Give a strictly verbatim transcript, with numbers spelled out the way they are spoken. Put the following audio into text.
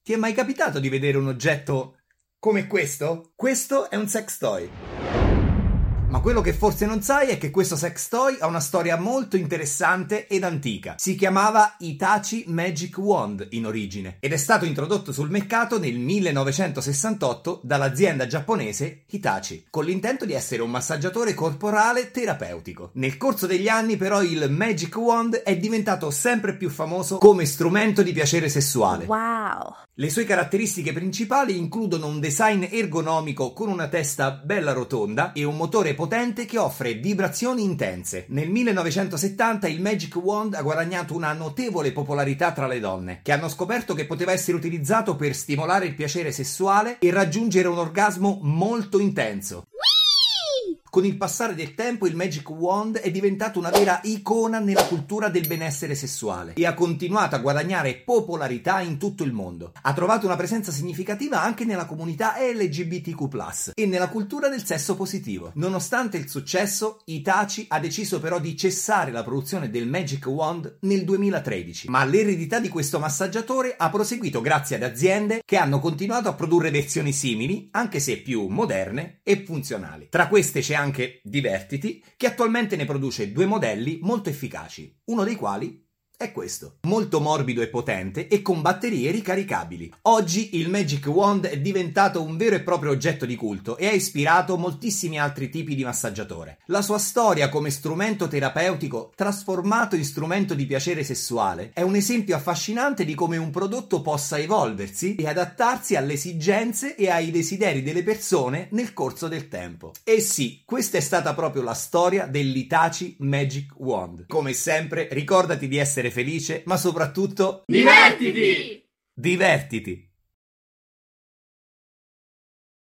Ti è mai capitato di vedere un oggetto come questo? Questo è un sex toy. Ma quello che forse non sai è che questo sex toy ha una storia molto interessante ed antica. Si chiamava Hitachi Magic Wand in origine ed è stato introdotto sul mercato nel millenovecentosessantotto dall'azienda giapponese Hitachi, con l'intento di essere un massaggiatore corporale terapeutico. Nel corso degli anni però il Magic Wand è diventato sempre più famoso come strumento di piacere sessuale. Wow! Le sue caratteristiche principali includono un design ergonomico con una testa bella rotonda e un motore potente che offre vibrazioni intense. Nel millenovecentosettanta il Magic Wand ha guadagnato una notevole popolarità tra le donne, che hanno scoperto che poteva essere utilizzato per stimolare il piacere sessuale e raggiungere un orgasmo molto intenso. Con il passare del tempo il Magic Wand è diventato una vera icona nella cultura del benessere sessuale e ha continuato a guadagnare popolarità in tutto il mondo. Ha trovato una presenza significativa anche nella comunità L G B T Q plus, e nella cultura del sesso positivo. Nonostante il successo, Hitachi ha deciso però di cessare la produzione del Magic Wand nel duemilatredici, ma l'eredità di questo massaggiatore ha proseguito grazie ad aziende che hanno continuato a produrre versioni simili, anche se più moderne e funzionali. Tra queste c'è anche Divertiti, che attualmente ne produce due modelli molto efficaci, uno dei quali è questo, molto morbido e potente e con batterie ricaricabili. Oggi il Magic Wand è diventato un vero e proprio oggetto di culto e ha ispirato moltissimi altri tipi di massaggiatore. La sua storia come strumento terapeutico trasformato in strumento di piacere sessuale è un esempio affascinante di come un prodotto possa evolversi e adattarsi alle esigenze e ai desideri delle persone nel corso del tempo. E sì, questa è stata proprio la storia dell'Hitachi Magic Wand. Come sempre, ricordati di essere felice, ma soprattutto divertiti! Divertiti!